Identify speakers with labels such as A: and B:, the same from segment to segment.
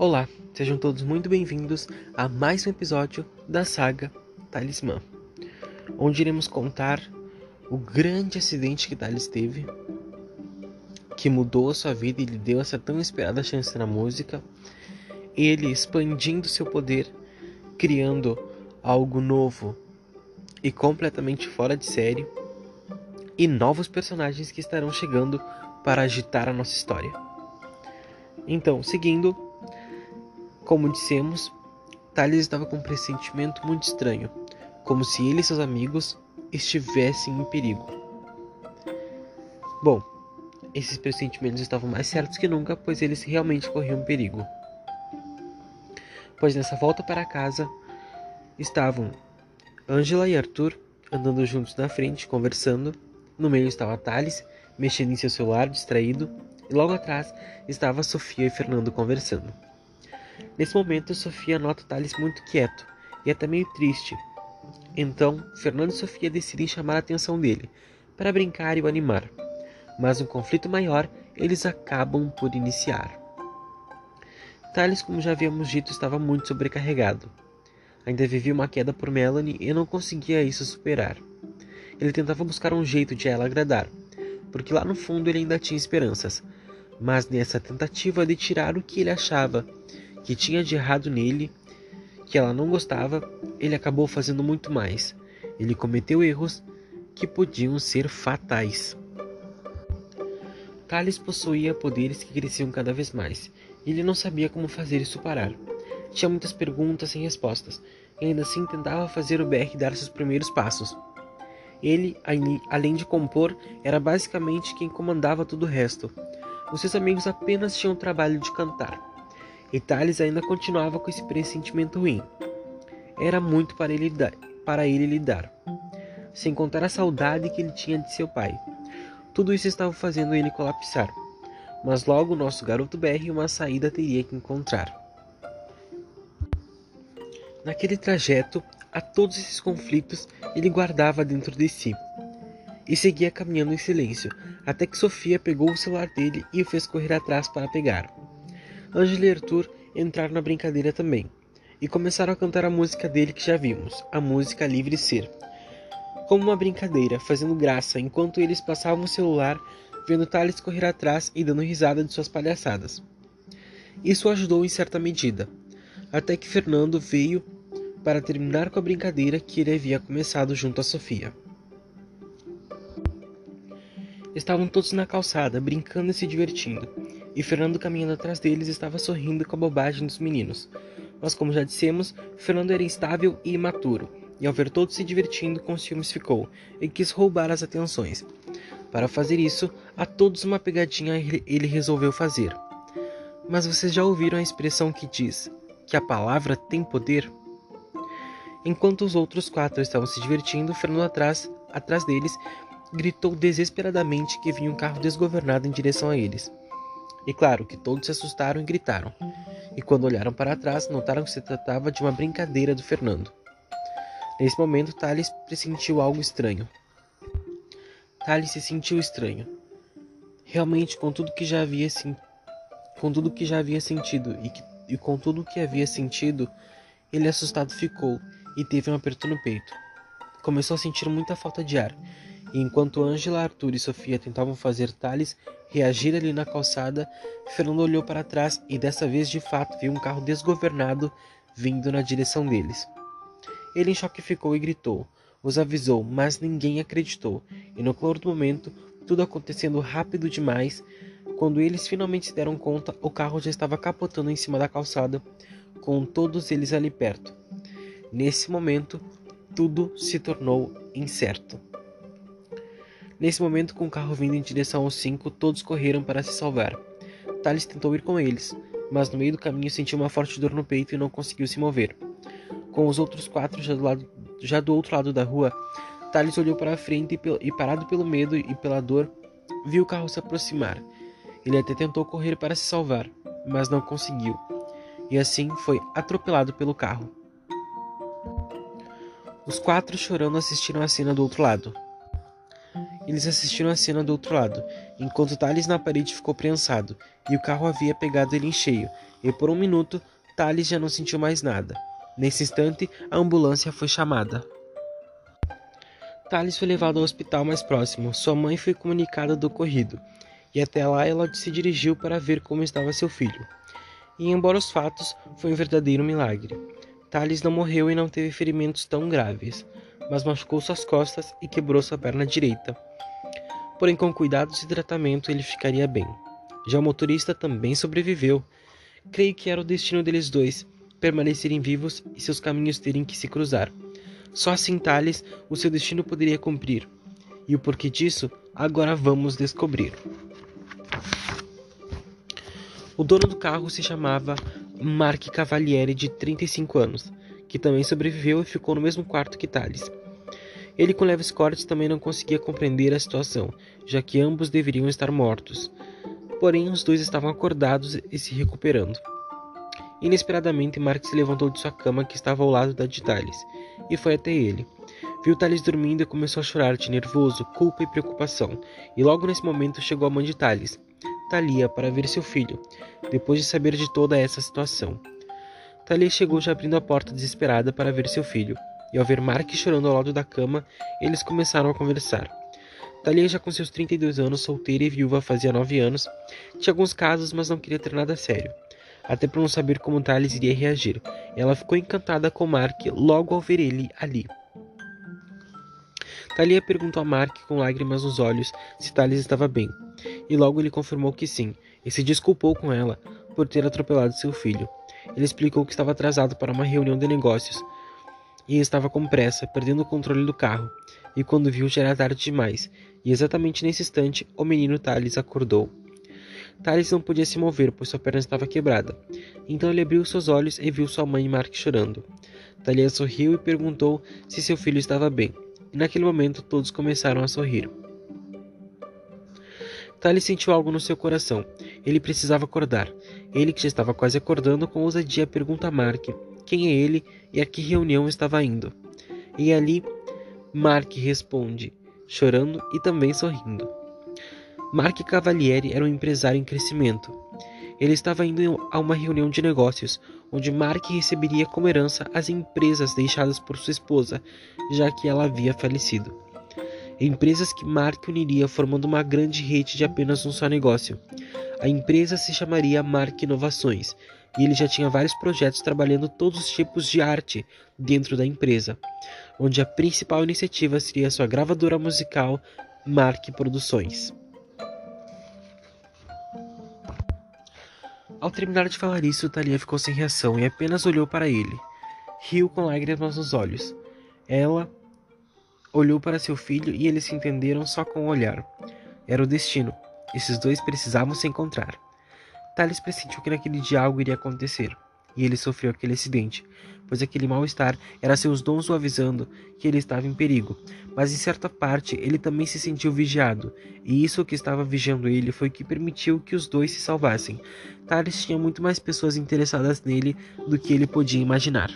A: Olá, sejam todos muito bem-vindos a mais um episódio da saga Talismã, onde iremos contar o grande acidente que Thales teve, que mudou a sua vida e lhe deu essa tão esperada chance na música, ele expandindo seu poder, criando algo novo e completamente fora de série, e novos personagens que estarão chegando para agitar a nossa história. Então, seguindo, como dissemos, Thales estava com um pressentimento muito estranho, como se ele e seus amigos estivessem em perigo. Bom, esses pressentimentos estavam mais certos que nunca, pois eles realmente corriam perigo. Pois nessa volta para casa, estavam Angela e Arthur andando juntos na frente, conversando. No meio estava Thales, mexendo em seu celular, distraído, e logo atrás estava Sofia e Fernando conversando. Nesse momento, Sofia nota Thales muito quieto e até meio triste. Então, Fernando e Sofia decidem chamar a atenção dele, para brincar e o animar. Mas um conflito maior eles acabam por iniciar. Thales, como já havíamos dito, estava muito sobrecarregado. Ainda vivia uma queda por Melanie e não conseguia isso superar. Ele tentava buscar um jeito de ela agradar, porque lá no fundo ele ainda tinha esperanças. Mas nessa tentativa de tirar o que ele achava que tinha de errado nele, que ela não gostava, ele acabou fazendo muito mais. Ele cometeu erros que podiam ser fatais. Thales possuía poderes que cresciam cada vez mais, e ele não sabia como fazer isso parar. Tinha muitas perguntas sem respostas, e ainda assim tentava fazer o BR dar seus primeiros passos. Ele, além de compor, era basicamente quem comandava todo o resto. Os seus amigos apenas tinham o trabalho de cantar. E Thales ainda continuava com esse pressentimento ruim. Era muito para ele lidar, sem contar a saudade que ele tinha de seu pai. Tudo isso estava fazendo ele colapsar, mas logo nosso garoto BR uma saída teria que encontrar. Naquele trajeto, a todos esses conflitos ele guardava dentro de si, e seguia caminhando em silêncio, até que Sofia pegou o celular dele e o fez correr atrás para pegar. Angela e Arthur entraram na brincadeira também, e começaram a cantar a música dele que já vimos, a música Livre Ser. Como uma brincadeira, fazendo graça, enquanto eles passavam o celular, vendo Thales correr atrás e dando risada de suas palhaçadas. Isso ajudou em certa medida, até que Fernando veio para terminar com a brincadeira que ele havia começado junto a Sofia. Estavam todos na calçada, brincando e se divertindo, e Fernando caminhando atrás deles estava sorrindo com a bobagem dos meninos. Mas como já dissemos, Fernando era instável e imaturo, e ao ver todos se divertindo com ciúmes ficou, e quis roubar as atenções. Para fazer isso, a todos uma pegadinha ele resolveu fazer. Mas vocês já ouviram a expressão que diz que a palavra tem poder? Enquanto os outros 4 estavam se divertindo, Fernando atrás deles gritou desesperadamente que vinha um carro desgovernado em direção a eles. E claro que todos se assustaram e gritaram. E quando olharam para trás, notaram que se tratava de uma brincadeira do Fernando. Nesse momento, Thales pressentiu algo estranho. Thales se sentiu estranho. Realmente, com tudo que já havia sentido e com tudo que havia sentido, ele assustado ficou e teve um aperto no peito. Começou a sentir muita falta de ar, e enquanto Angela, Arthur e Sofia tentavam fazer Thales reagir ali na calçada, Fernando olhou para trás e dessa vez de fato viu um carro desgovernado vindo na direção deles. Ele em choque ficou e gritou, os avisou, mas ninguém acreditou, e no calor do momento, tudo acontecendo rápido demais, quando eles finalmente se deram conta, o carro já estava capotando em cima da calçada, com todos eles ali perto. Nesse momento, tudo se tornou incerto. Nesse momento, com o carro vindo em direção aos 5, todos correram para se salvar. Thales tentou ir com eles, mas no meio do caminho sentiu uma forte dor no peito e não conseguiu se mover. Com os outros 4 já do outro lado da rua, Thales olhou para a frente e parado pelo medo e pela dor, viu o carro se aproximar. Ele até tentou correr para se salvar, mas não conseguiu, e assim foi atropelado pelo carro. Os 4 chorando assistiram a cena do outro lado. Eles assistiram a cena do outro lado, enquanto Thales na parede ficou prensado, e o carro havia pegado ele em cheio, e por um minuto, Thales já não sentiu mais nada. Nesse instante, a ambulância foi chamada. Thales foi levado ao hospital mais próximo, sua mãe foi comunicada do ocorrido, e até lá ela se dirigiu para ver como estava seu filho. E embora os fatos, foi um verdadeiro milagre. Thales não morreu e não teve ferimentos tão graves, mas machucou suas costas e quebrou sua perna direita. Porém, com cuidados e tratamento, ele ficaria bem. Já o motorista também sobreviveu. Creio que era o destino deles dois, permanecerem vivos e seus caminhos terem que se cruzar. Só assim Thales o seu destino poderia cumprir. E o porquê disso, agora vamos descobrir. O dono do carro se chamava Mark Cavalieri, de 35 anos, que também sobreviveu e ficou no mesmo quarto que Thales. Ele, com leves cortes, também não conseguia compreender a situação, já que ambos deveriam estar mortos. Porém, os dois estavam acordados e se recuperando. Inesperadamente, Mark se levantou de sua cama, que estava ao lado da de Thales, e foi até ele. Viu Thales dormindo e começou a chorar de nervoso, culpa e preocupação, e logo nesse momento chegou a mãe de Thales, Thalia, para ver seu filho, depois de saber de toda essa situação. Thalia chegou já abrindo a porta desesperada para ver seu filho, e ao ver Mark chorando ao lado da cama, eles começaram a conversar. Thalia, já com seus 32 anos, solteira e viúva fazia 9 anos, tinha alguns casos, mas não queria ter nada sério, até por não saber como Thales iria reagir. Ela ficou encantada com Mark logo ao ver ele ali. Thalia perguntou a Mark com lágrimas nos olhos se Thales estava bem, e logo ele confirmou que sim, e se desculpou com ela por ter atropelado seu filho. Ele explicou que estava atrasado para uma reunião de negócios, e estava com pressa, perdendo o controle do carro, e quando viu já era tarde demais, e exatamente nesse instante o menino Thales acordou. Thales não podia se mover, pois sua perna estava quebrada. Então ele abriu seus olhos e viu sua mãe e Mark chorando. Thalia sorriu e perguntou se seu filho estava bem, e naquele momento todos começaram a sorrir. Thales sentiu algo no seu coração. Ele precisava acordar. Ele, que já estava quase acordando, com ousadia pergunta a Mark quem é ele e a que reunião estava indo. E ali, Mark responde, chorando e também sorrindo. Mark Cavalieri era um empresário em crescimento. Ele estava indo a uma reunião de negócios, onde Mark receberia como herança as empresas deixadas por sua esposa, já que ela havia falecido. Empresas que Mark uniria formando uma grande rede de apenas um só negócio. A empresa se chamaria Mark Inovações, e ele já tinha vários projetos trabalhando todos os tipos de arte dentro da empresa, onde a principal iniciativa seria sua gravadora musical Mark Produções. Ao terminar de falar isso, Thalia ficou sem reação e apenas olhou para ele. Riu com lágrimas nos olhos. Ela olhou para seu filho e eles se entenderam só com o olhar. Era o destino. Esses dois precisavam se encontrar. Thales pressentiu que naquele dia algo iria acontecer, e ele sofreu aquele acidente, pois aquele mal-estar era seus dons o avisando que ele estava em perigo, mas em certa parte ele também se sentiu vigiado, e isso que estava vigiando ele foi o que permitiu que os dois se salvassem. Thales tinha muito mais pessoas interessadas nele do que ele podia imaginar.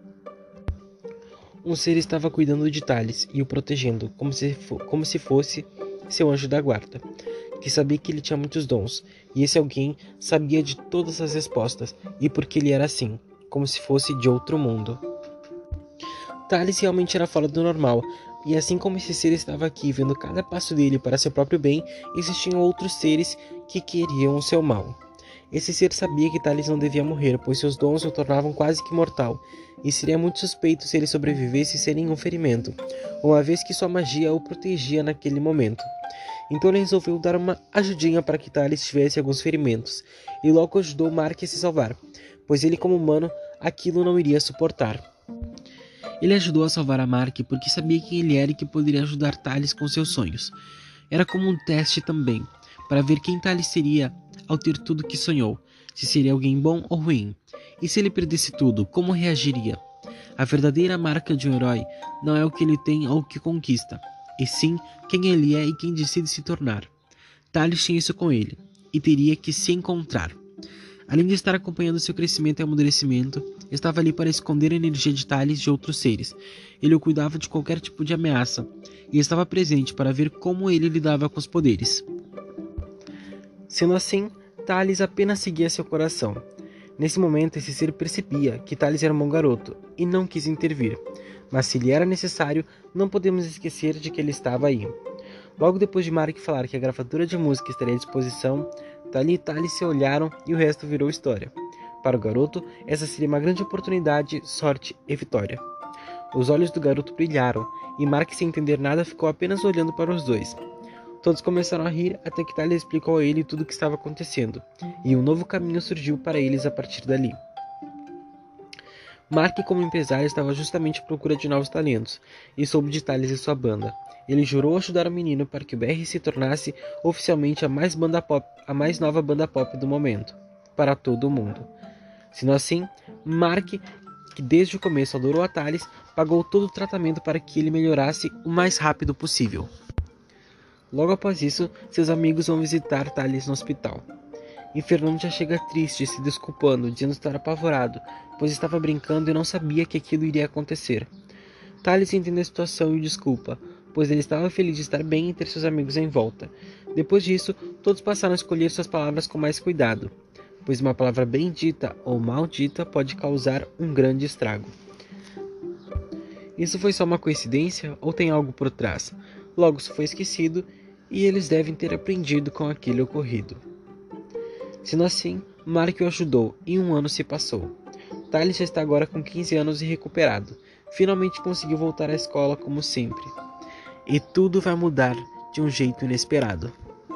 A: Um ser estava cuidando de Thales e o protegendo, como se fosse seu anjo da guarda, que sabia que ele tinha muitos dons, e esse alguém sabia de todas as respostas, e porque ele era assim, como se fosse de outro mundo. Thales realmente era fora do normal, e assim como esse ser estava aqui vendo cada passo dele para seu próprio bem, existiam outros seres que queriam o seu mal. Esse ser sabia que Thales não devia morrer, pois seus dons o tornavam quase que mortal, e seria muito suspeito se ele sobrevivesse sem nenhum ferimento, uma vez que sua magia o protegia naquele momento. Então ele resolveu dar uma ajudinha para que Thales tivesse alguns ferimentos, e logo ajudou Mark a se salvar, pois ele, como humano, aquilo não iria suportar. Ele ajudou a salvar a Mark porque sabia quem ele era e que poderia ajudar Thales com seus sonhos. Era como um teste também, para ver quem Thales seria ao ter tudo que sonhou, se seria alguém bom ou ruim, e se ele perdesse tudo, como reagiria. A verdadeira marca de um herói não é o que ele tem ou o que conquista, e sim quem ele é e quem decide se tornar. Thales tinha isso com ele, e teria que se encontrar. Além de estar acompanhando seu crescimento e amadurecimento, estava ali para esconder a energia de Thales de outros seres. Ele o cuidava de qualquer tipo de ameaça e estava presente para ver como ele lidava com os poderes. Sendo assim, Thales apenas seguia seu coração. Nesse momento, esse ser percebia que Thales era um bom garoto e não quis intervir. Mas se lhe era necessário, não podemos esquecer de que ele estava aí. Logo depois de Mark falar que a gravadora de música estaria à disposição, Tali e Thales se olharam e o resto virou história. Para o garoto, essa seria uma grande oportunidade, sorte e vitória. Os olhos do garoto brilharam e Mark, sem entender nada, ficou apenas olhando para os dois. Todos começaram a rir até que Thales explicou a ele tudo o que estava acontecendo, e um novo caminho surgiu para eles a partir dali. Mark, como empresário, estava justamente à procura de novos talentos, e soube de Thales e sua banda. Ele jurou ajudar o menino para que o BR se tornasse oficialmente a mais nova banda pop do momento, para todo o mundo. Sendo assim, Mark, que desde o começo adorou a Thales, pagou todo o tratamento para que ele melhorasse o mais rápido possível. Logo após isso, seus amigos vão visitar Thales no hospital. E Fernando já chega triste, se desculpando, dizendo estar apavorado, pois estava brincando e não sabia que aquilo iria acontecer. Thales entende a situação e o desculpa, pois ele estava feliz de estar bem e ter seus amigos em volta. Depois disso, todos passaram a escolher suas palavras com mais cuidado, pois uma palavra bem dita ou mal dita pode causar um grande estrago. Isso foi só uma coincidência ou tem algo por trás? Logo isso foi esquecido e eles devem ter aprendido com aquele ocorrido. Sendo assim, Mark o ajudou e um ano se passou. Thales já está agora com 15 anos e recuperado. Finalmente conseguiu voltar à escola como sempre. E tudo vai mudar de um jeito inesperado.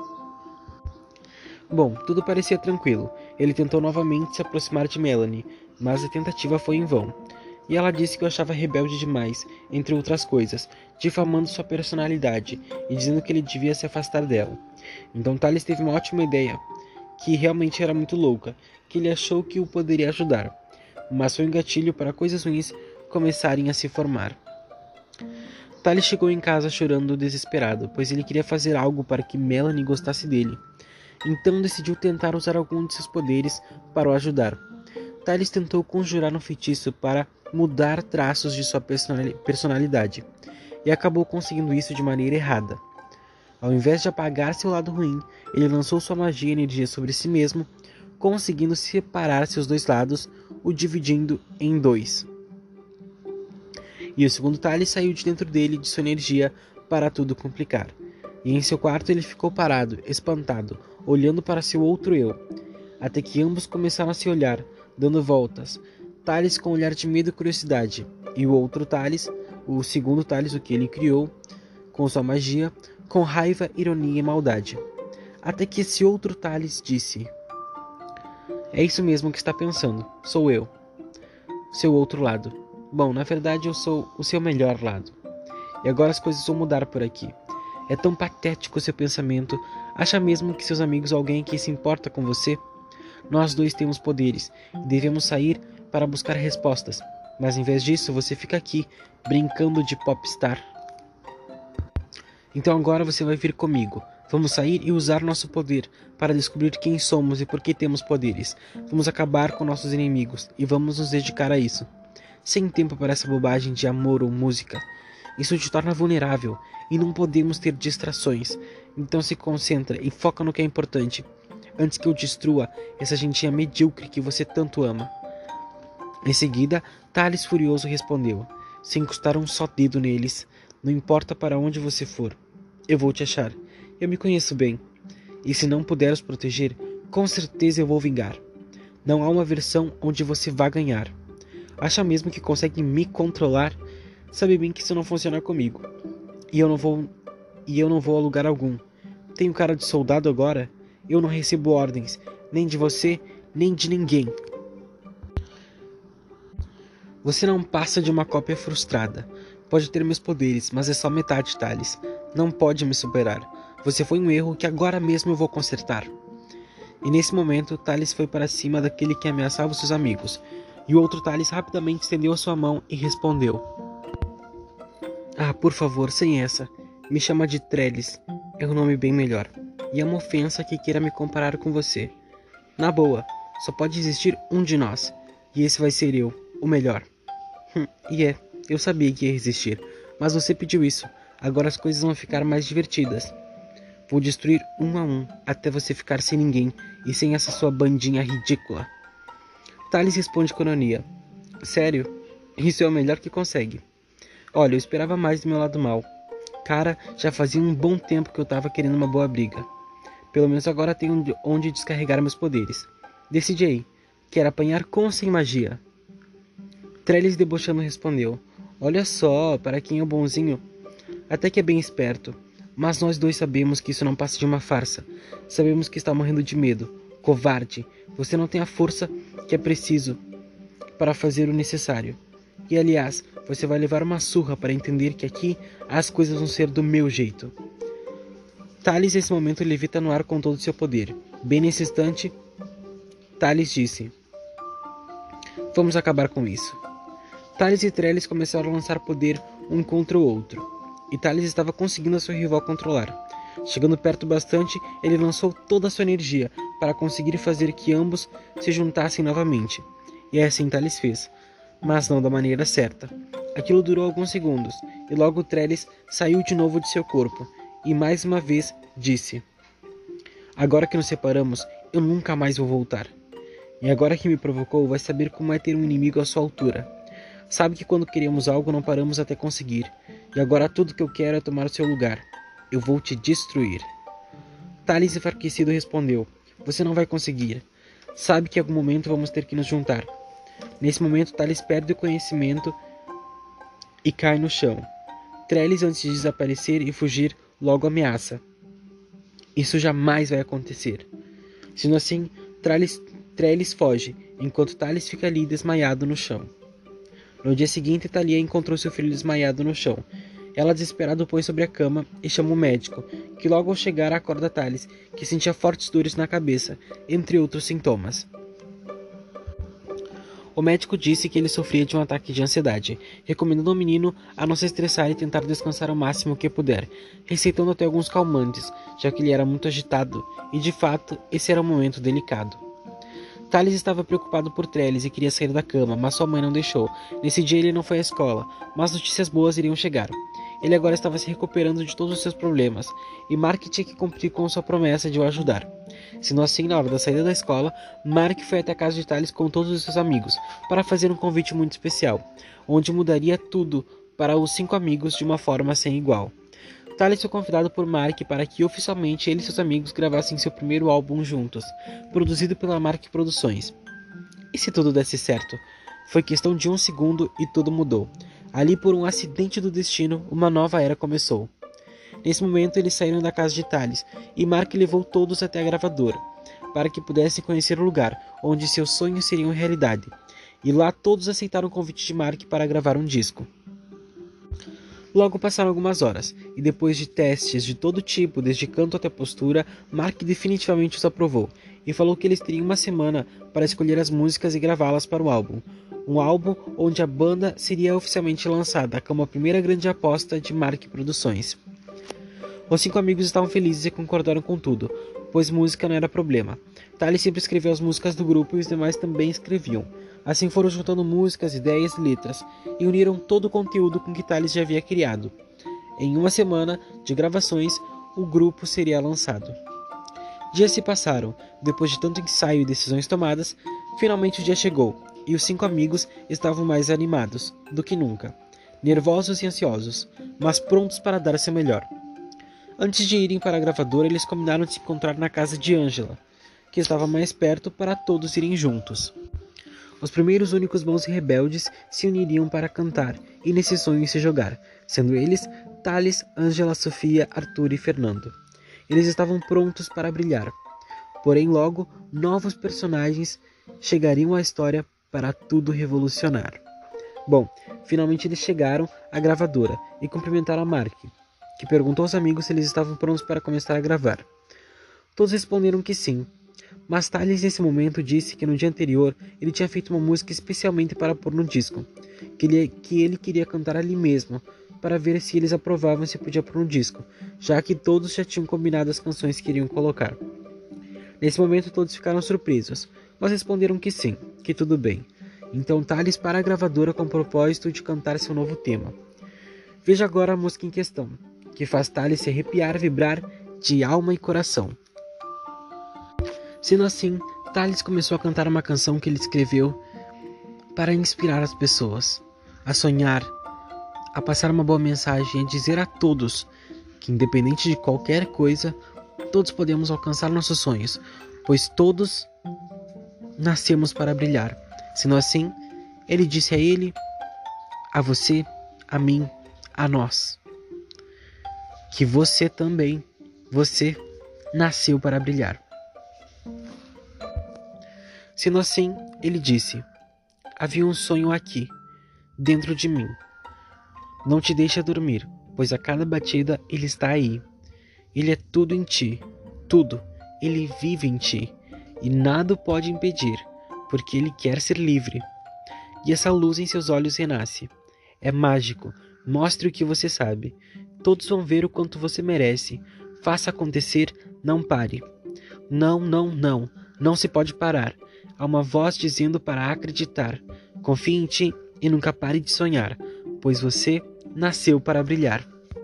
A: Bom, tudo parecia tranquilo. Ele tentou novamente se aproximar de Melanie, mas a tentativa foi em vão. E ela disse que o achava rebelde demais, entre outras coisas, difamando sua personalidade e dizendo que ele devia se afastar dela. Então Thales teve uma ótima ideia, que realmente era muito louca, que ele achou que o poderia ajudar, mas foi um gatilho para coisas ruins começarem a se formar. Thales chegou em casa chorando desesperado, pois ele queria fazer algo para que Melanie gostasse dele. Então decidiu tentar usar algum de seus poderes para o ajudar. Thales tentou conjurar um feitiço para mudar traços de sua personalidade, e acabou conseguindo isso de maneira errada. Ao invés de apagar seu lado ruim, ele lançou sua magia e energia sobre si mesmo, conseguindo separar seus dois lados, o dividindo em dois. E o segundo Thales saiu de dentro dele de sua energia para tudo complicar. E em seu quarto ele ficou parado, espantado, olhando para seu outro eu, até que ambos começaram a se olhar, dando voltas, Thales com um olhar de medo e curiosidade, e o outro Thales, o segundo Thales, o que ele criou, com sua magia, com raiva, ironia e maldade. Até que esse outro Thales disse: "É isso mesmo que está pensando, sou eu, seu outro lado. Bom, na verdade eu sou o seu melhor lado. E agora as coisas vão mudar por aqui. É tão patético o seu pensamento. Acha mesmo que seus amigos ou alguém que se importa com você? Nós dois temos poderes e devemos sair para buscar respostas. Mas em vez disso, você fica aqui, brincando de popstar. Então agora você vai vir comigo. Vamos sair e usar nosso poder para descobrir quem somos e por que temos poderes. Vamos acabar com nossos inimigos e vamos nos dedicar a isso. Sem tempo para essa bobagem de amor ou música. Isso te torna vulnerável e não podemos ter distrações. Então se concentra e foca no que é importante, antes que eu destrua essa gentinha medíocre que você tanto ama." Em seguida, Thales furioso respondeu: "Sem encostar um só dedo neles, não importa para onde você for, eu vou te achar. Eu me conheço bem, e se não puder os proteger, com certeza eu vou vingar. Não há uma versão onde você vá ganhar. Acha mesmo que consegue me controlar? Sabe bem que isso não funciona comigo. E eu não vou a lugar algum. Tenho cara de soldado agora? Eu não recebo ordens, nem de você, nem de ninguém. Você não passa de uma cópia frustrada. Pode ter meus poderes, mas é só metade, Thales. Não pode me superar. Você foi um erro que agora mesmo eu vou consertar." E nesse momento, Thales foi para cima daquele que ameaçava seus amigos. E o outro Thales rapidamente estendeu a sua mão e respondeu: "Ah, por favor, sem essa. Me chama de Trellis. É um nome bem melhor. E é uma ofensa que queira me comparar com você. Na boa, só pode existir um de nós, e esse vai ser eu, o melhor. Eu sabia que ia existir, mas você pediu isso, agora as coisas vão ficar mais divertidas. Vou destruir um a um, até você ficar sem ninguém e sem essa sua bandinha ridícula. Thales responde com ironia. Sério? Isso é o melhor que consegue. Olha, eu esperava mais do meu lado mal. Cara, já fazia um bom tempo que eu tava querendo uma boa briga. Pelo menos agora tenho onde descarregar meus poderes. Decide aí. Quer apanhar com ou sem magia? Trellis debochando respondeu. Olha só, para quem é o bonzinho, até que é bem esperto. Mas nós dois sabemos que isso não passa de uma farsa. Sabemos que está morrendo de medo. Covarde, você não tem a força que é preciso para fazer o necessário. E aliás, você vai levar uma surra para entender que aqui as coisas vão ser do meu jeito. Thales nesse momento levita no ar com todo o seu poder. Bem nesse instante, Thales disse: Vamos acabar com isso. Thales e Trellis começaram a lançar poder um contra o outro, e Thales estava conseguindo a sua rival controlar. Chegando perto bastante, ele lançou toda a sua energia para conseguir fazer que ambos se juntassem novamente. E assim Thales fez, mas não da maneira certa. Aquilo durou alguns segundos, e logo Trellis saiu de novo de seu corpo, e mais uma vez disse: Agora que nos separamos, eu nunca mais vou voltar. E agora que me provocou, vai saber como é ter um inimigo à sua altura. Sabe que quando queremos algo não paramos até conseguir. E agora tudo que eu quero é tomar o seu lugar. Eu vou te destruir. Thales enfraquecido respondeu: Você não vai conseguir. Sabe que em algum momento vamos ter que nos juntar. Nesse momento Thales perde o conhecimento e cai no chão. Trellis, antes de desaparecer e fugir, logo ameaça: Isso jamais vai acontecer. Sendo assim, Trellis foge, enquanto Thales fica ali desmaiado no chão. No dia seguinte, Thalia encontrou seu filho desmaiado no chão. Ela, desesperada, o pôs sobre a cama e chamou o médico, que logo ao chegar acorda Thales, que sentia fortes dores na cabeça, entre outros sintomas. O médico disse que ele sofria de um ataque de ansiedade, recomendando ao menino a não se estressar e tentar descansar o máximo que puder, receitando até alguns calmantes, já que ele era muito agitado, e de fato, esse era um momento delicado. Thales estava preocupado por Trellis e queria sair da cama, mas sua mãe não deixou. Nesse dia ele não foi à escola, mas notícias boas iriam chegar. Ele agora estava se recuperando de todos os seus problemas, e Mark tinha que cumprir com sua promessa de o ajudar. Sendo assim, na hora da saída da escola, Mark foi até a casa de Thales com todos os seus amigos, para fazer um convite muito especial, onde mudaria tudo para os 5 amigos de uma forma sem igual. Thales foi convidado por Mark para que oficialmente ele e seus amigos gravassem seu primeiro álbum juntos, produzido pela Mark Produções. E se tudo desse certo? Foi questão de um segundo e tudo mudou. Ali, por um acidente do destino, uma nova era começou. Nesse momento, eles saíram da casa de Thales, e Mark levou todos até a gravadora, para que pudessem conhecer o lugar onde seus sonhos seriam realidade. E lá todos aceitaram o convite de Mark para gravar um disco. Logo passaram algumas horas, e depois de testes de todo tipo, desde canto até postura, Mark definitivamente os aprovou, e falou que eles teriam uma semana para escolher as músicas e gravá-las para o álbum. Um álbum onde a banda seria oficialmente lançada como a primeira grande aposta de Mark Produções. Os 5 amigos estavam felizes e concordaram com tudo, pois música não era problema. Thales sempre escreveu as músicas do grupo e os demais também escreviam. Assim foram juntando músicas, ideias e letras, e uniram todo o conteúdo com que Thales já havia criado. Em uma semana de gravações, o grupo seria lançado. Dias se passaram. Depois de tanto ensaio e decisões tomadas, finalmente o dia chegou, e os 5 amigos estavam mais animados do que nunca, nervosos e ansiosos, mas prontos para dar seu melhor. Antes de irem para a gravadora, eles combinaram de se encontrar na casa de Angela, que estava mais perto, para todos irem juntos. Os primeiros únicos bons rebeldes se uniriam para cantar e nesse sonho se jogar, sendo eles Thales, Angela, Sofia, Arthur e Fernando. Eles estavam prontos para brilhar. Porém, logo, novos personagens chegariam à história para tudo revolucionar. Bom, finalmente eles chegaram à gravadora e cumprimentaram a Mark, que perguntou aos amigos se eles estavam prontos para começar a gravar. Todos responderam que sim. Mas Thales nesse momento disse que no dia anterior ele tinha feito uma música especialmente para pôr no disco, que ele queria cantar ali mesmo, para ver se eles aprovavam se podia pôr no disco, já que todos já tinham combinado as canções que iriam colocar. Nesse momento todos ficaram surpresos, mas responderam que sim, que tudo bem. Então Thales para a gravadora com o propósito de cantar seu novo tema. Veja agora a música em questão, que faz Thales se arrepiar e vibrar de alma e coração. Sendo assim, Thales começou a cantar uma canção que ele escreveu para inspirar as pessoas, a sonhar, a passar uma boa mensagem e dizer a todos que, independente de qualquer coisa, todos podemos alcançar nossos sonhos, pois todos nascemos para brilhar. Sendo assim, ele disse a ele, a você, a mim, a nós, que você também, você nasceu para brilhar. Sendo assim, ele disse, havia um sonho aqui, dentro de mim. Não te deixa dormir, pois a cada batida ele está aí. Ele é tudo em ti, tudo. Ele vive em ti, e nada o pode impedir, porque ele quer ser livre. E essa luz em seus olhos renasce. É mágico, mostre o que você sabe. Todos vão ver o quanto você merece. Faça acontecer, não pare. Não, não, não, não se pode parar. Há uma voz dizendo para acreditar. Confie em ti e nunca pare de sonhar, pois você nasceu para brilhar.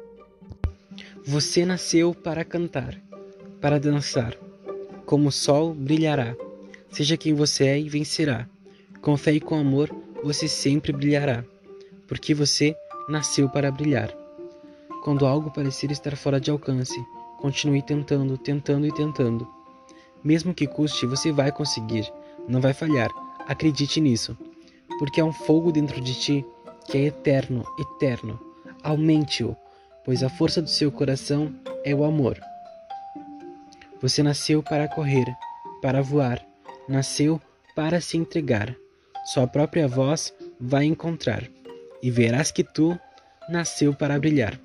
A: Você nasceu para cantar, para dançar. Como o sol brilhará. Seja quem você é e vencerá. Com fé e com amor, você sempre brilhará, porque você nasceu para brilhar. Quando algo parecer estar fora de alcance, continue tentando, tentando e tentando. Mesmo que custe, você vai conseguir. Não vai falhar. Acredite nisso. Porque há um fogo dentro de ti que é eterno, eterno. Aumente-o, pois a força do seu coração é o amor. Você nasceu para correr, para voar. Nasceu para se entregar. Sua própria voz vai encontrar. E verás que tu nasceu para brilhar.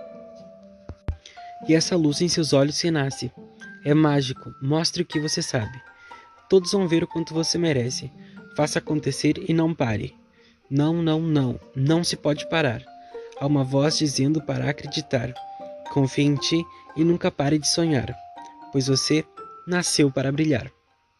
A: E essa luz em seus olhos renasce. É mágico, mostre o que você sabe. Todos vão ver o quanto você merece. Faça acontecer e não pare. Não, não, não, não se pode parar. Há uma voz dizendo para acreditar. Confie em ti e nunca pare de sonhar, pois você nasceu para brilhar.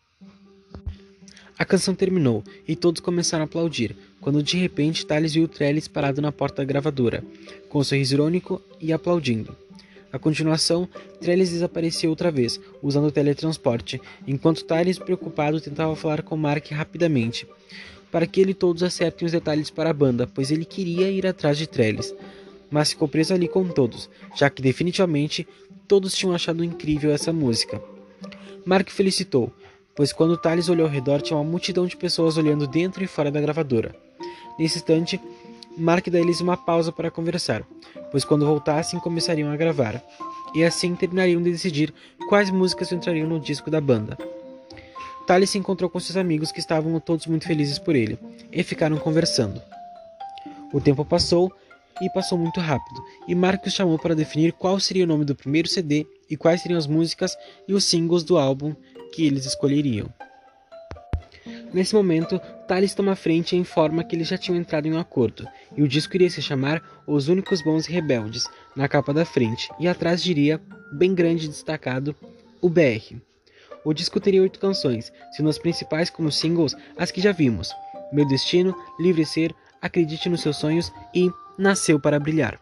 A: A canção terminou e todos começaram a aplaudir, quando de repente Thales viu Trellis parado na porta da gravadora, com um sorriso irônico e aplaudindo. A continuação, Trellis desapareceu outra vez, usando o teletransporte, enquanto Thales, preocupado, tentava falar com Mark rapidamente, para que ele e todos acertem os detalhes para a banda, pois ele queria ir atrás de Trellis, mas ficou preso ali com todos, já que definitivamente todos tinham achado incrível essa música. Mark felicitou, pois quando Thales olhou ao redor tinha uma multidão de pessoas olhando dentro e fora da gravadora. Nesse instante, Mark dá a eles uma pausa para conversar, pois quando voltassem começariam a gravar, e assim terminariam de decidir quais músicas entrariam no disco da banda. Thales se encontrou com seus amigos que estavam todos muito felizes por ele, e ficaram conversando. O tempo passou, e passou muito rápido, e Mark os chamou para definir qual seria o nome do primeiro CD e quais seriam as músicas e os singles do álbum que eles escolheriam. Nesse momento, Thales toma a frente e informa que eles já tinham entrado em um acordo, e o disco iria se chamar Os Únicos Bons e Rebeldes, na capa da frente, e atrás diria, bem grande e destacado, o BR. O disco teria 8 canções, sendo as principais como singles as que já vimos, Meu Destino, Livre Ser, Acredite nos Seus Sonhos e Nasceu para Brilhar.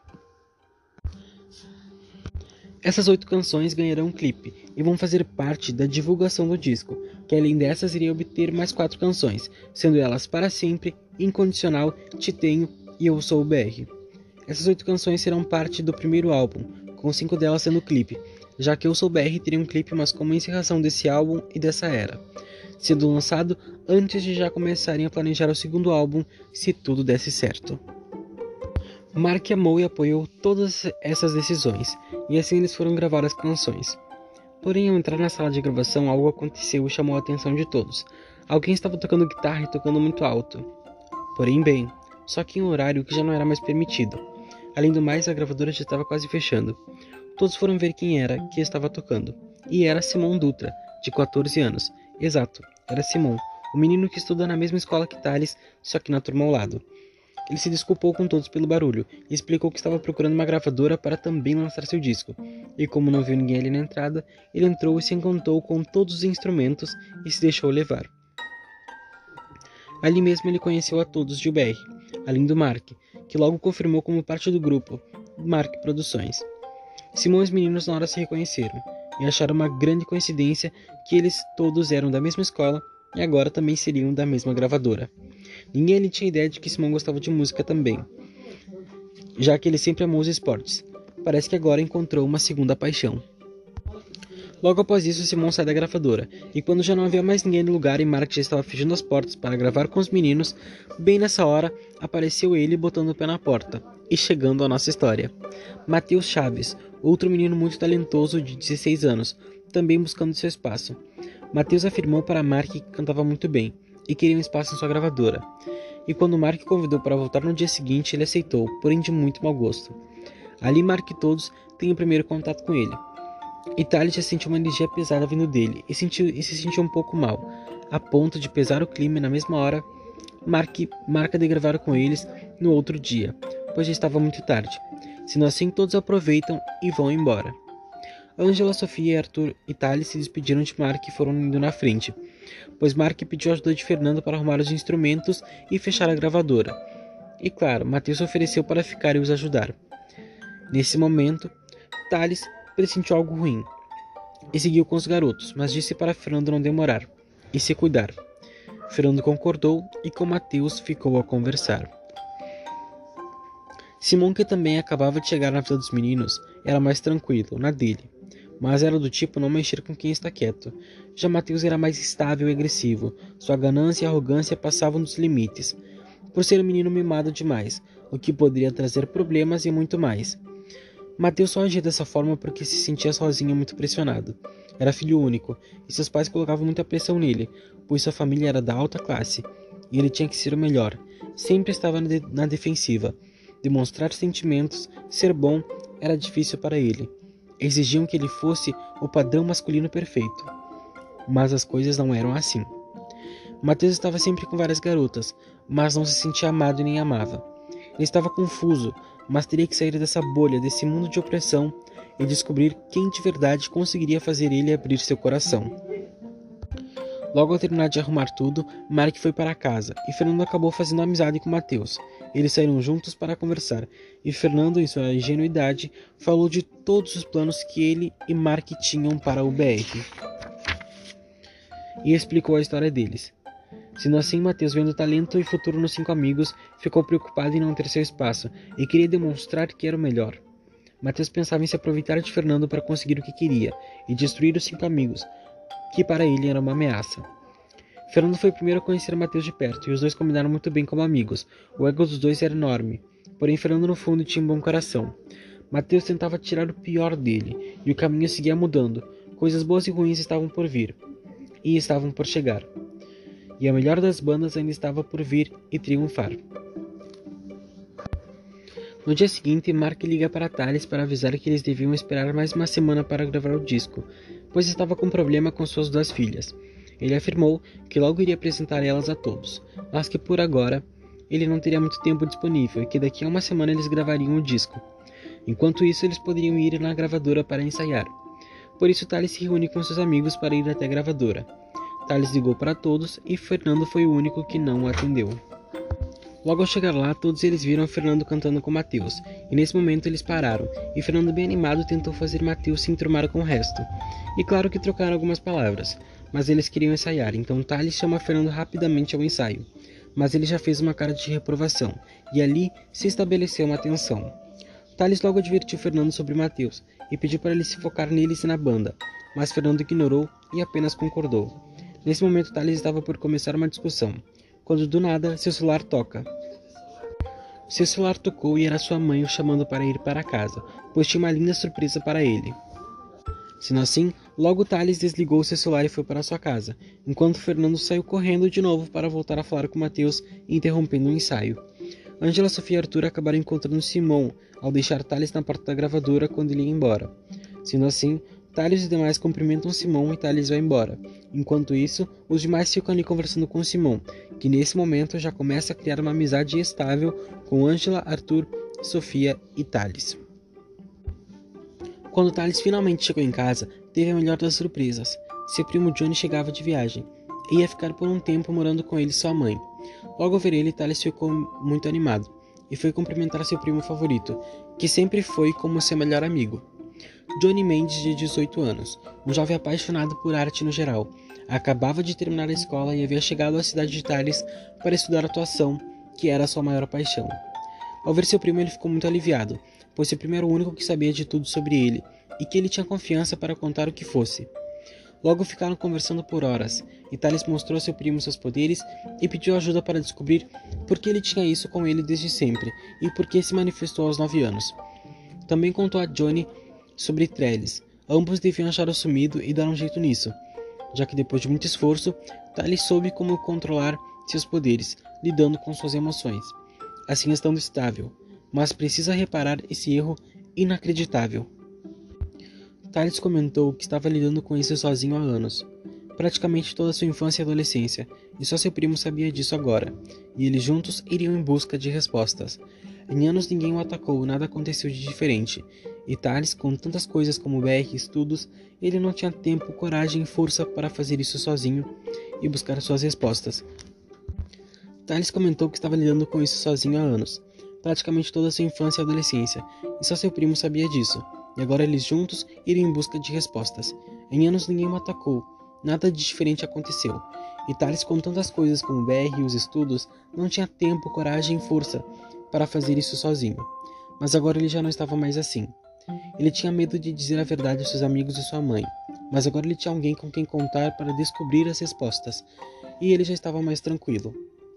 A: Essas 8 canções ganharão um clipe e vão fazer parte da divulgação do disco, que além dessas iria obter mais 4 canções, sendo elas Para Sempre, Incondicional, Te Tenho e Eu Sou o BR. Essas 8 canções serão parte do primeiro álbum, com 5 delas sendo clipe, já que Eu Sou o BR teria um clipe mas como encerração desse álbum e dessa era, sendo lançado antes de já começarem a planejar o segundo álbum, se tudo desse certo. Mark amou e apoiou todas essas decisões, e assim eles foram gravar as canções. Porém, ao entrar na sala de gravação, algo aconteceu e chamou a atenção de todos. Alguém estava tocando guitarra e tocando muito alto. Porém, bem, só que em um horário que já não era mais permitido. Além do mais, a gravadora já estava quase fechando. Todos foram ver quem era que estava tocando. E era Simon Dutra, de 14 anos. Exato, era Simon, o menino que estuda na mesma escola que Thales, só que na turma ao lado. Ele se desculpou com todos pelo barulho e explicou que estava procurando uma gravadora para também lançar seu disco. E como não viu ninguém ali na entrada, ele entrou e se encantou com todos os instrumentos e se deixou levar. Ali mesmo ele conheceu a todos de UBR, além do Mark, que logo confirmou como parte do grupo Mark Produções. Simão e os meninos na hora se reconheceram e acharam uma grande coincidência que eles todos eram da mesma escola e agora também seriam da mesma gravadora. Ninguém ali tinha ideia de que Simão gostava de música também, já que ele sempre amou os esportes. Parece que agora encontrou uma segunda paixão. Logo após isso, Simão sai da gravadora, e quando já não havia mais ninguém no lugar e Mark já estava fechando as portas para gravar com os meninos, bem nessa hora, apareceu ele botando o pé na porta, e chegando à nossa história. Matheus Chaves, outro menino muito talentoso de 16 anos, também buscando seu espaço. Matheus afirmou para Mark que cantava muito bem, e queria um espaço em sua gravadora. E quando Mark convidou para voltar no dia seguinte, ele aceitou, porém de muito mau gosto. Ali Mark e todos têm o primeiro contato com ele. E Thales já sentiu uma energia pesada vindo dele e se sentiu um pouco mal, a ponto de pesar o clima e na mesma hora, marca de gravar com eles no outro dia, pois já estava muito tarde. Sendo assim, todos aproveitam e vão embora. Ângela, Sofia, Arthur e Thales se despediram de Mark e foram indo na frente, pois Mark pediu ajuda de Fernando para arrumar os instrumentos e fechar a gravadora. E claro, Matheus ofereceu para ficar e os ajudar. Nesse momento, Thales pressentiu algo ruim e seguiu com os garotos, mas disse para Fernando não demorar e se cuidar. Fernando concordou e com Matheus ficou a conversar. Simão, que também acabava de chegar na vida dos meninos, era mais tranquilo, na dele, mas era do tipo não mexer com quem está quieto. Já Matheus era mais estável e agressivo, sua ganância e arrogância passavam dos limites, por ser um menino mimado demais, o que poderia trazer problemas e muito mais. Matheus só agia dessa forma porque se sentia sozinho e muito pressionado. Era filho único, e seus pais colocavam muita pressão nele, pois sua família era da alta classe, e ele tinha que ser o melhor. Sempre estava na defensiva. Demonstrar sentimentos, ser bom, era difícil para ele. Exigiam que ele fosse o padrão masculino perfeito. Mas as coisas não eram assim. Matheus estava sempre com várias garotas, mas não se sentia amado e nem amava. Ele estava confuso, mas teria que sair dessa bolha, desse mundo de opressão, e descobrir quem de verdade conseguiria fazer ele abrir seu coração. Logo ao terminar de arrumar tudo, Mark foi para casa, e Fernando acabou fazendo amizade com Matheus. Eles saíram juntos para conversar, e Fernando, em sua ingenuidade, falou de todos os planos que ele e Mark tinham para o BR. E explicou a história deles. Sendo assim, Matheus, vendo talento e futuro nos 5 amigos, ficou preocupado em não ter seu espaço, e queria demonstrar que era o melhor. Matheus pensava em se aproveitar de Fernando para conseguir o que queria, e destruir os 5 amigos, que para ele era uma ameaça. Fernando foi o primeiro a conhecer Matheus de perto, e os dois combinaram muito bem como amigos. O ego dos dois era enorme, porém Fernando no fundo tinha um bom coração. Matheus tentava tirar o pior dele, e o caminho seguia mudando. Coisas boas e ruins estavam por vir, e estavam por chegar. E a melhor das bandas ainda estava por vir e triunfar. No dia seguinte, Mark liga para Thales para avisar que eles deviam esperar mais uma semana para gravar o disco, pois estava com problema com suas 2 filhas. Ele afirmou que logo iria apresentar elas a todos, mas que por agora ele não teria muito tempo disponível e que daqui a uma semana eles gravariam o disco. Enquanto isso, eles poderiam ir na gravadora para ensaiar. Por isso, Thales se reúne com seus amigos para ir até a gravadora. Thales ligou para todos e Fernando foi o único que não o atendeu. Logo ao chegar lá, todos eles viram Fernando cantando com Matheus, e nesse momento eles pararam, e Fernando, bem animado, tentou fazer Matheus se enturmar com o resto. E claro que trocaram algumas palavras, mas eles queriam ensaiar, então Thales chama Fernando rapidamente ao ensaio. Mas ele já fez uma cara de reprovação, e ali se estabeleceu uma tensão. Thales logo advertiu Fernando sobre Matheus, e pediu para ele se focar neles e na banda, mas Fernando ignorou e apenas concordou. Nesse momento, Thales estava por começar uma discussão, quando do nada seu celular toca. Seu celular tocou e era sua mãe o chamando para ir para casa, pois tinha uma linda surpresa para ele. Sendo assim, logo Thales desligou seu celular e foi para sua casa, enquanto Fernando saiu correndo de novo para voltar a falar com Matheus, interrompendo o ensaio. Ângela, Sofia e Arthur acabaram encontrando Simão ao deixar Thales na porta da gravadora quando ele ia embora. Sendo assim, Thales e os demais cumprimentam Simão e Thales vai embora. Enquanto isso, os demais ficam ali conversando com Simão, que nesse momento já começa a criar uma amizade estável com Ângela, Arthur, Sofia e Thales. Quando Thales finalmente chegou em casa, teve a melhor das surpresas. Seu primo Johnny chegava de viagem e ia ficar por um tempo morando com ele e sua mãe. Logo ao ver ele, Thales ficou muito animado e foi cumprimentar seu primo favorito, que sempre foi como seu melhor amigo. Johnny Mendes, de 18 anos, um jovem apaixonado por arte no geral, acabava de terminar a escola e havia chegado à cidade de Thales para estudar atuação, que era sua maior paixão. Ao ver seu primo, ele ficou muito aliviado, pois seu primo era o único que sabia de tudo sobre ele e que ele tinha confiança para contar o que fosse. Logo ficaram conversando por horas, e Thales mostrou a seu primo seus poderes e pediu ajuda para descobrir por que ele tinha isso com ele desde sempre e por que se manifestou aos 9 anos. Também contou a Johnny sobre Trellis. Ambos deviam achar o sumido e dar um jeito nisso, já que depois de muito esforço, Thales soube como controlar seus poderes, lidando com suas emoções, assim estando estável, mas precisa reparar esse erro inacreditável. Thales comentou que estava lidando com isso sozinho há anos, praticamente toda sua infância e adolescência, e só seu primo sabia disso agora, e eles juntos iriam em busca de respostas. Em anos ninguém o atacou, nada aconteceu de diferente, e Thales, com tantas coisas como BR e estudos, ele não tinha tempo, coragem e força para fazer isso sozinho e buscar suas respostas. Thales comentou que estava lidando com isso sozinho há anos, praticamente toda sua infância e adolescência, e só seu primo sabia disso. E agora eles juntos iriam em busca de respostas. Em anos ninguém o atacou, nada de diferente aconteceu. E Thales, com tantas coisas como o BR e os estudos, não tinha tempo, coragem e força para fazer isso sozinho. Mas agora ele já não estava mais assim. Ele tinha medo de dizer a verdade aos seus amigos e sua mãe, mas agora ele tinha alguém com quem contar para descobrir as respostas. E ele já estava mais tranquilo.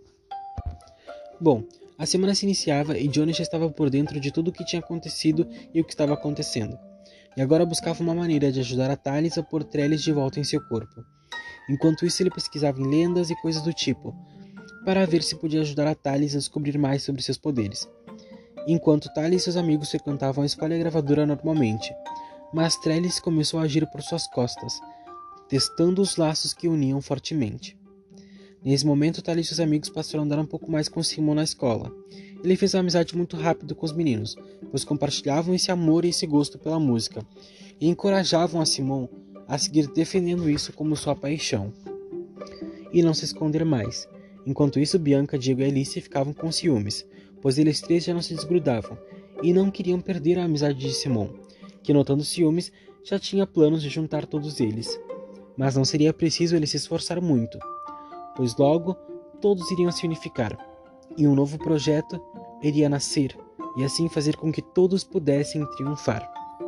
A: Bom, a semana se iniciava e Johnny já estava por dentro de tudo o que tinha acontecido e o que estava acontecendo. E agora buscava uma maneira de ajudar a Thales a pôr Trellis de volta em seu corpo. Enquanto isso, ele pesquisava em lendas e coisas do tipo, para ver se podia ajudar a Thales a descobrir mais sobre seus poderes. Enquanto Thales e seus amigos frequentavam a escola e a gravadora normalmente, mas Trellis começou a agir por suas costas, testando os laços que uniam fortemente. Nesse momento, Thales e seus amigos passaram a andar um pouco mais com Simon na escola. Ele fez uma amizade muito rápido com os meninos, pois compartilhavam esse amor e esse gosto pela música, e encorajavam a Simon a seguir defendendo isso como sua paixão, e não se esconder mais. Enquanto isso, Bianca, Diego e Alice ficavam com ciúmes, pois eles três já não se desgrudavam, e não queriam perder a amizade de Simon, que notando ciúmes, já tinha planos de juntar todos eles. Mas não seria preciso ele se esforçar muito, pois logo todos iriam se unificar, e um novo projeto iria nascer, e assim fazer com que todos pudessem triunfar.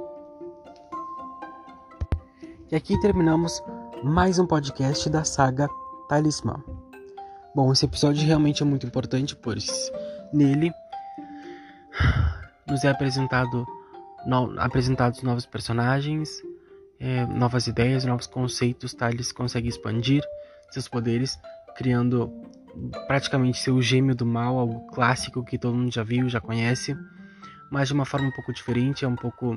A: E aqui terminamos mais um podcast da saga Talismã. Bom, esse episódio realmente é muito importante, pois nele nos é apresentados novos personagens, novas ideias, novos conceitos. Thales consegue expandir seus poderes, criando praticamente seu gêmeo do mal, algo clássico que todo mundo já viu, já conhece, mas de uma forma um pouco diferente,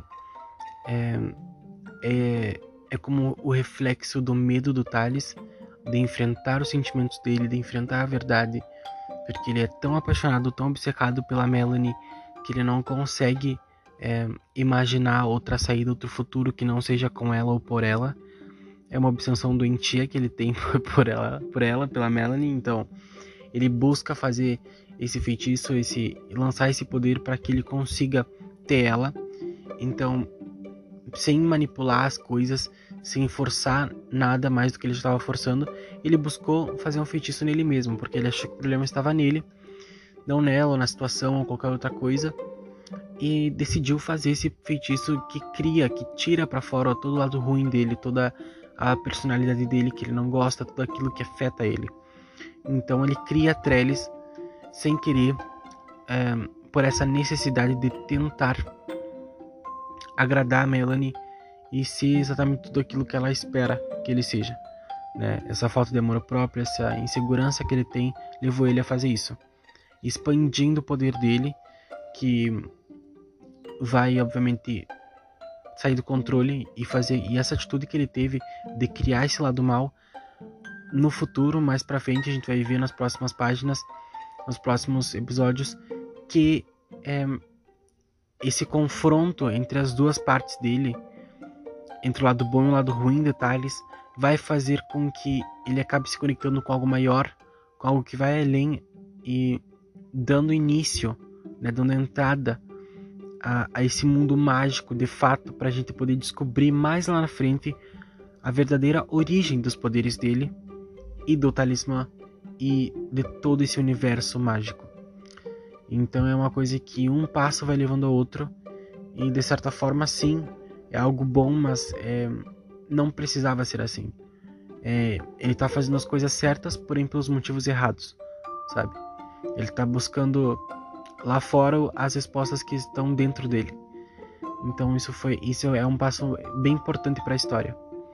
A: é como o reflexo do medo do Thales, de enfrentar os sentimentos dele, de enfrentar a verdade, porque ele é tão apaixonado, tão obcecado pela Melanie, que ele não consegue imaginar outra saída, outro futuro que não seja com ela ou por ela. É uma obsessão doentia que ele tem pela Melanie, então ele busca fazer esse feitiço, lançar esse poder para que ele consiga ter ela. Então, sem manipular as coisas, sem forçar nada mais do que ele estava forçando, ele buscou fazer um feitiço nele mesmo, porque ele achou que o problema estava nele, não nela, ou na situação, ou qualquer outra coisa, e decidiu fazer esse feitiço que tira para fora todo o lado ruim dele, toda a personalidade dele que ele não gosta, tudo aquilo que afeta ele. Então ele cria Trellis sem querer, por essa necessidade de tentar agradar a Melanie e ser exatamente tudo aquilo que ela espera que ele seja, né? Essa falta de amor próprio, essa insegurança que ele tem, levou ele a fazer isso, expandindo o poder dele, que vai obviamente sair do controle e essa atitude que ele teve de criar esse lado mal, no futuro, mais pra frente, a gente vai ver nas próximas páginas, nos próximos episódios, que esse confronto entre as duas partes dele, entre o lado bom e o lado ruim de Thales, vai fazer com que ele acabe se conectando com algo maior, com algo que vai além e dando início, né, dando entrada a esse mundo mágico de fato, para a gente poder descobrir mais lá na frente a verdadeira origem dos poderes dele e do talismã e de todo esse universo mágico. Então é uma coisa que um passo vai levando ao outro, e de certa forma sim, é algo bom, mas não precisava ser assim. Ele tá fazendo as coisas certas, porém pelos motivos errados, sabe? Ele tá buscando lá fora as respostas que estão dentro dele. Então isso é um passo bem importante para a história.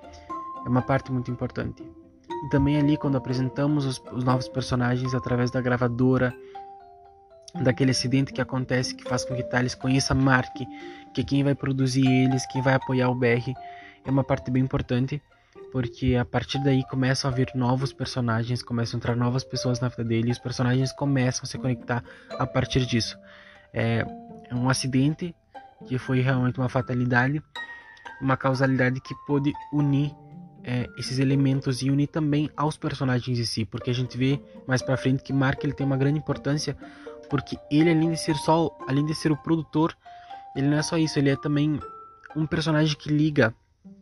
A: É uma parte muito importante. E também ali quando apresentamos os novos personagens através da gravadora, daquele acidente que acontece, que faz com que Thales conheça Mark, que é quem vai produzir eles, quem vai apoiar o BR, é uma parte bem importante, porque a partir daí começam a vir novos personagens, começam a entrar novas pessoas na vida dele, e os personagens começam a se conectar a partir disso. É um acidente que foi realmente uma fatalidade, uma causalidade que pôde unir esses elementos e unir também aos personagens em si, porque a gente vê mais pra frente que Mark ele tem uma grande importância, porque ele além de ser o produtor, ele não é só isso, ele é também um personagem que liga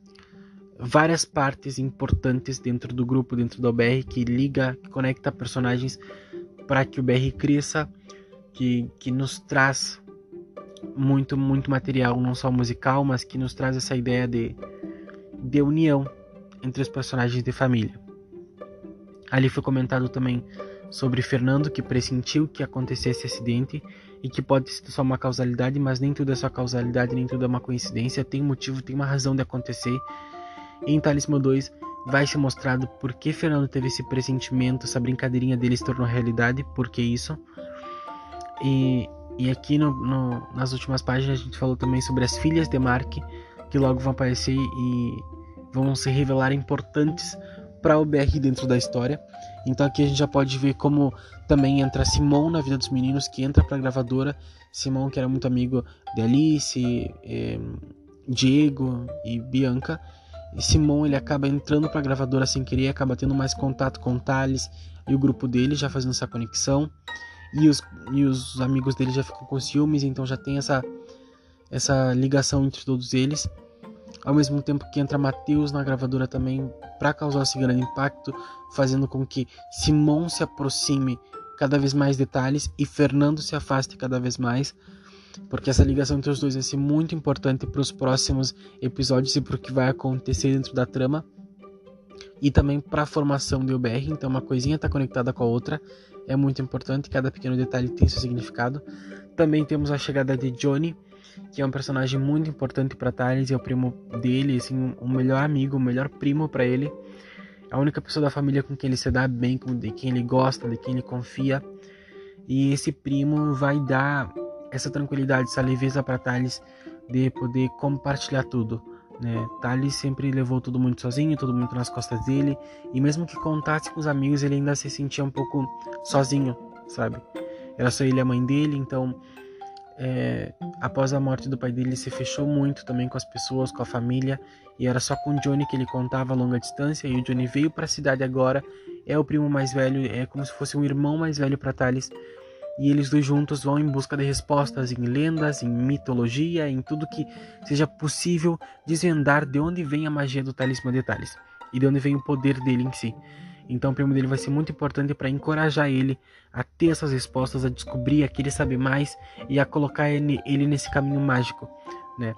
A: várias partes importantes dentro do grupo, dentro do BR, que conecta personagens para que o BR cresça, que nos traz muito material, não só musical, mas que nos traz essa ideia de união entre os personagens de família. Ali foi comentado também sobre Fernando, que pressentiu que acontecesse esse acidente e que pode ser só uma causalidade, mas nem tudo é só causalidade, nem tudo é uma coincidência, tem um motivo, tem uma razão de acontecer. E em Talismã 2 vai ser mostrado por que Fernando teve esse pressentimento, essa brincadeirinha dele se tornou realidade, por que isso. E aqui nas últimas páginas a gente falou também sobre as filhas de Mark, que logo vão aparecer e vão se revelar importantes para o BR dentro da história. Então aqui a gente já pode ver como também entra Simon na vida dos meninos, que entra para a gravadora. Simon, que era muito amigo de Alice, Diego e Bianca. E Simon ele acaba entrando para a gravadora sem querer, acaba tendo mais contato com o Thales e o grupo dele, já fazendo essa conexão. E os amigos dele já ficam com ciúmes, então já tem essa ligação entre todos eles. Ao mesmo tempo que entra Matheus na gravadora também para causar esse grande impacto, fazendo com que Simon se aproxime cada vez mais de Thales e Fernando se afaste cada vez mais, porque essa ligação entre os dois vai ser muito importante para os próximos episódios e para o que vai acontecer dentro da trama e também para a formação do UBR. Então uma coisinha está conectada com a outra, é muito importante, cada pequeno detalhe tem seu significado. Também temos a chegada de Johnny, que é um personagem muito importante para Thales, é o primo dele, assim, o melhor amigo, o melhor primo para ele, a única pessoa da família com quem ele se dá bem, de quem ele gosta, de quem ele confia. E esse primo vai dar essa tranquilidade, essa leveza para Thales de poder compartilhar tudo, né? Thales sempre levou tudo muito sozinho, tudo muito nas costas dele, e mesmo que contasse com os amigos, ele ainda se sentia um pouco sozinho, sabe? Era só ele e a mãe dele, então após a morte do pai dele, ele se fechou muito também com as pessoas, com a família, e era só com o Johnny que ele contava a longa distância. E o Johnny veio para a cidade agora, é o primo mais velho, é como se fosse um irmão mais velho para Thales, e eles dois juntos vão em busca de respostas em lendas, em mitologia, em tudo que seja possível desvendar de onde vem a magia do talismã de Thales e de onde vem o poder dele em si. Então o primo dele vai ser muito importante para encorajar ele a ter essas respostas, a descobrir, a querer saber mais e a colocar ele nesse caminho mágico, né?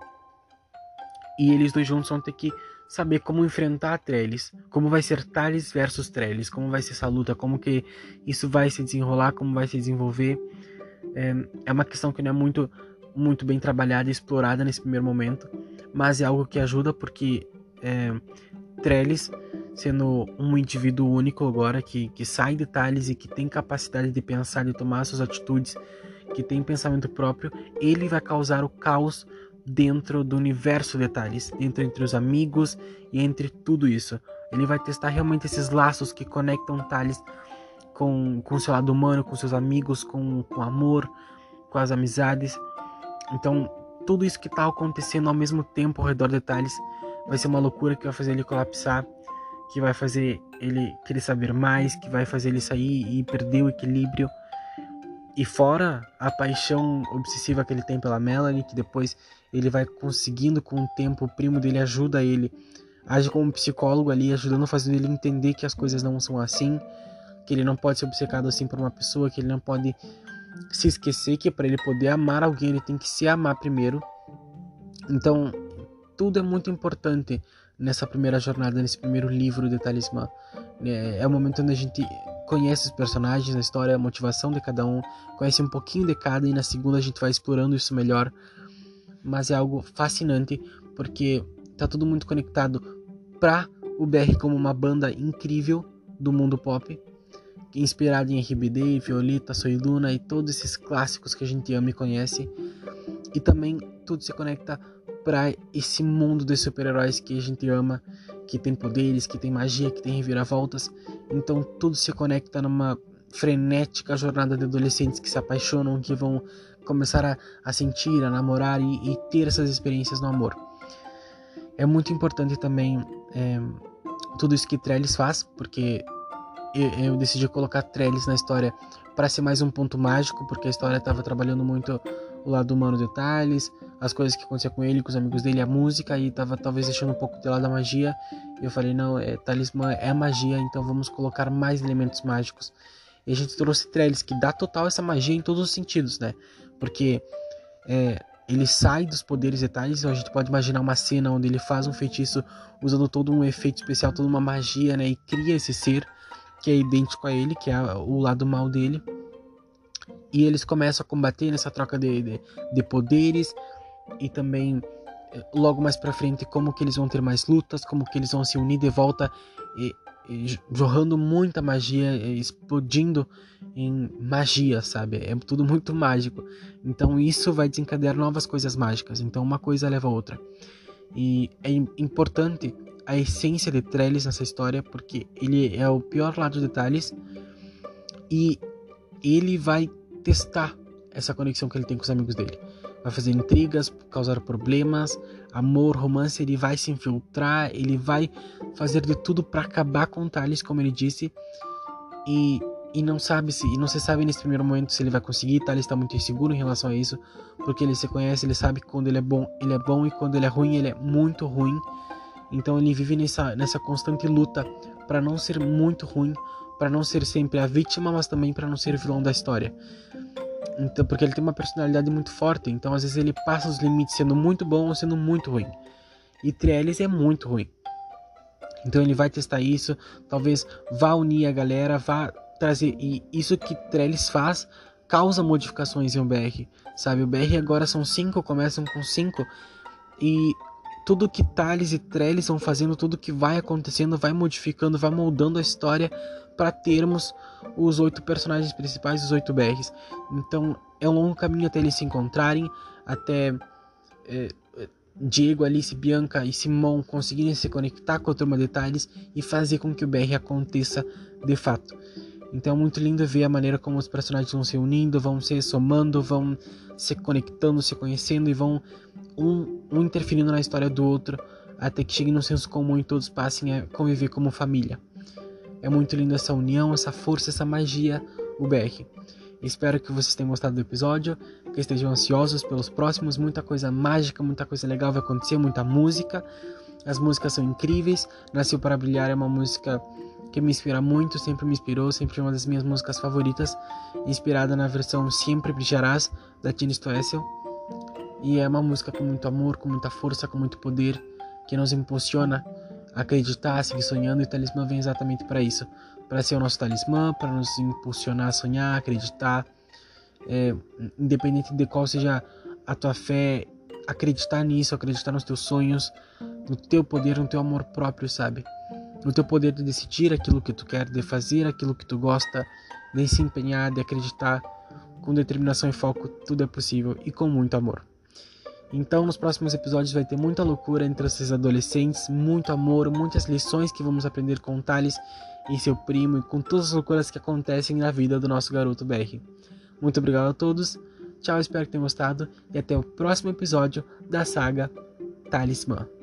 A: E eles dois juntos vão ter que saber como enfrentar Trellis, como vai ser Thales versus Trellis, como vai ser essa luta, como que isso vai se desenrolar, como vai se desenvolver. É uma questão que não é muito bem trabalhada e explorada nesse primeiro momento, mas é algo que ajuda, porque Trellis, sendo um indivíduo único agora, que sai de Thales e que tem capacidade de pensar, de tomar suas atitudes, que tem pensamento próprio, ele vai causar o caos dentro do universo de Thales, entre os amigos e entre tudo isso. Ele vai testar realmente esses laços que conectam Thales com o seu lado humano, com seus amigos, com o amor, com as amizades. Então, tudo isso que está acontecendo ao mesmo tempo ao redor de Thales vai ser uma loucura que vai fazer ele colapsar, que vai fazer ele querer saber mais, que vai fazer ele sair e perder o equilíbrio. E fora a paixão obsessiva que ele tem pela Melanie, que depois ele vai conseguindo com o tempo, o primo dele ajuda ele, age como um psicólogo ali, ajudando, fazendo ele entender que as coisas não são assim, que ele não pode ser obcecado assim por uma pessoa, que ele não pode se esquecer que para ele poder amar alguém, ele tem que se amar primeiro. Então, tudo é muito importante nessa primeira jornada, nesse primeiro livro de Talismã. É o momento onde a gente conhece os personagens, a história, a motivação de cada um, conhece um pouquinho de cada, e na segunda a gente vai explorando isso melhor. Mas é algo fascinante, porque tá tudo muito conectado para o BR como uma banda incrível do mundo pop, inspirada em RBD, Violeta, Soy Luna e todos esses clássicos que a gente ama e conhece. E também tudo se conecta para esse mundo de super-heróis que a gente ama, que tem poderes, que tem magia, que tem reviravoltas. Então tudo se conecta numa frenética jornada de adolescentes que se apaixonam, que vão começar a sentir, a namorar e ter essas experiências no amor. É muito importante também tudo isso que Trellis faz, porque eu decidi colocar Trellis na história para ser mais um ponto mágico, porque a história estava trabalhando muito o lado humano de Thales, as coisas que aconteciam com ele, com os amigos dele, a música, e estava talvez deixando um pouco de lado a magia. E eu falei, não, Talismã é magia, então vamos colocar mais elementos mágicos. E a gente trouxe Trellis, que dá total essa magia em todos os sentidos, né? Porque ele sai dos poderes de Thales, então a gente pode imaginar uma cena onde ele faz um feitiço usando todo um efeito especial, toda uma magia, né? E cria esse ser que é idêntico a ele, que é o lado mal dele. E eles começam a combater nessa troca de poderes, e também logo mais pra frente como que eles vão ter mais lutas, como que eles vão se unir de volta, e jorrando muita magia, explodindo em magia, sabe? É tudo muito mágico. Então isso vai desencadear novas coisas mágicas. Então uma coisa leva a outra. E é importante a essência de Trellis nessa história, porque ele é o pior lado de Thales, e ele vai testar essa conexão que ele tem com os amigos dele. Vai fazer intrigas, causar problemas, amor, romance, ele vai se infiltrar, ele vai fazer de tudo para acabar com Thales, como ele disse, e não se sabe nesse primeiro momento se ele vai conseguir. Thales está muito inseguro em relação a isso, porque ele se conhece, ele sabe que quando ele é bom, e quando ele é ruim, ele é muito ruim. Então ele vive nessa constante luta para não ser muito ruim, para não ser sempre a vítima, mas também para não ser vilão da história. Então, porque ele tem uma personalidade muito forte, então às vezes ele passa os limites sendo muito bom ou sendo muito ruim. E Trellis é muito ruim. Então ele vai testar isso, talvez vá unir a galera, vá trazer, e isso que Trellis faz causa modificações em um BR, sabe? O BR agora são 5, começam com 5, e tudo que Thales e Trellis vão fazendo, tudo que vai acontecendo, vai modificando, vai moldando a história para termos os 8 personagens principais, os 8 BRs. Então é um longo caminho até eles se encontrarem, até Diego, Alice, Bianca e Simon conseguirem se conectar com a turma de Thales e fazer com que o BR aconteça de fato. Então é muito lindo ver a maneira como os personagens vão se unindo, vão se somando, vão se conectando, se conhecendo, e vão um interferindo na história do outro, até que cheguem num senso comum e todos passem a conviver como família. É muito lindo essa união, essa força, essa magia, o BR. Espero que vocês tenham gostado do episódio, que estejam ansiosos pelos próximos. Muita coisa mágica, muita coisa legal vai acontecer, muita música. As músicas são incríveis. Nasceu para Brilhar é uma música que me inspira muito, sempre me inspirou, sempre é uma das minhas músicas favoritas, inspirada na versão Sempre Brilharás, da Tina Stoessel. E é uma música com muito amor, com muita força, com muito poder, que nos impulsiona a acreditar, a seguir sonhando, e o Talismã vem exatamente para isso, para ser o nosso talismã, para nos impulsionar a sonhar, a acreditar, independente de qual seja a tua fé, acreditar nisso, acreditar nos teus sonhos, no teu poder, no teu amor próprio, sabe? No teu poder de decidir aquilo que tu quer, de fazer aquilo que tu gosta, de se empenhar, de acreditar. Com determinação e foco, tudo é possível, e com muito amor. Então nos próximos episódios vai ter muita loucura entre esses adolescentes, muito amor, muitas lições que vamos aprender com Thales e seu primo, e com todas as loucuras que acontecem na vida do nosso garoto BR. Muito obrigado a todos, tchau, espero que tenham gostado, e até o próximo episódio da saga Talismã.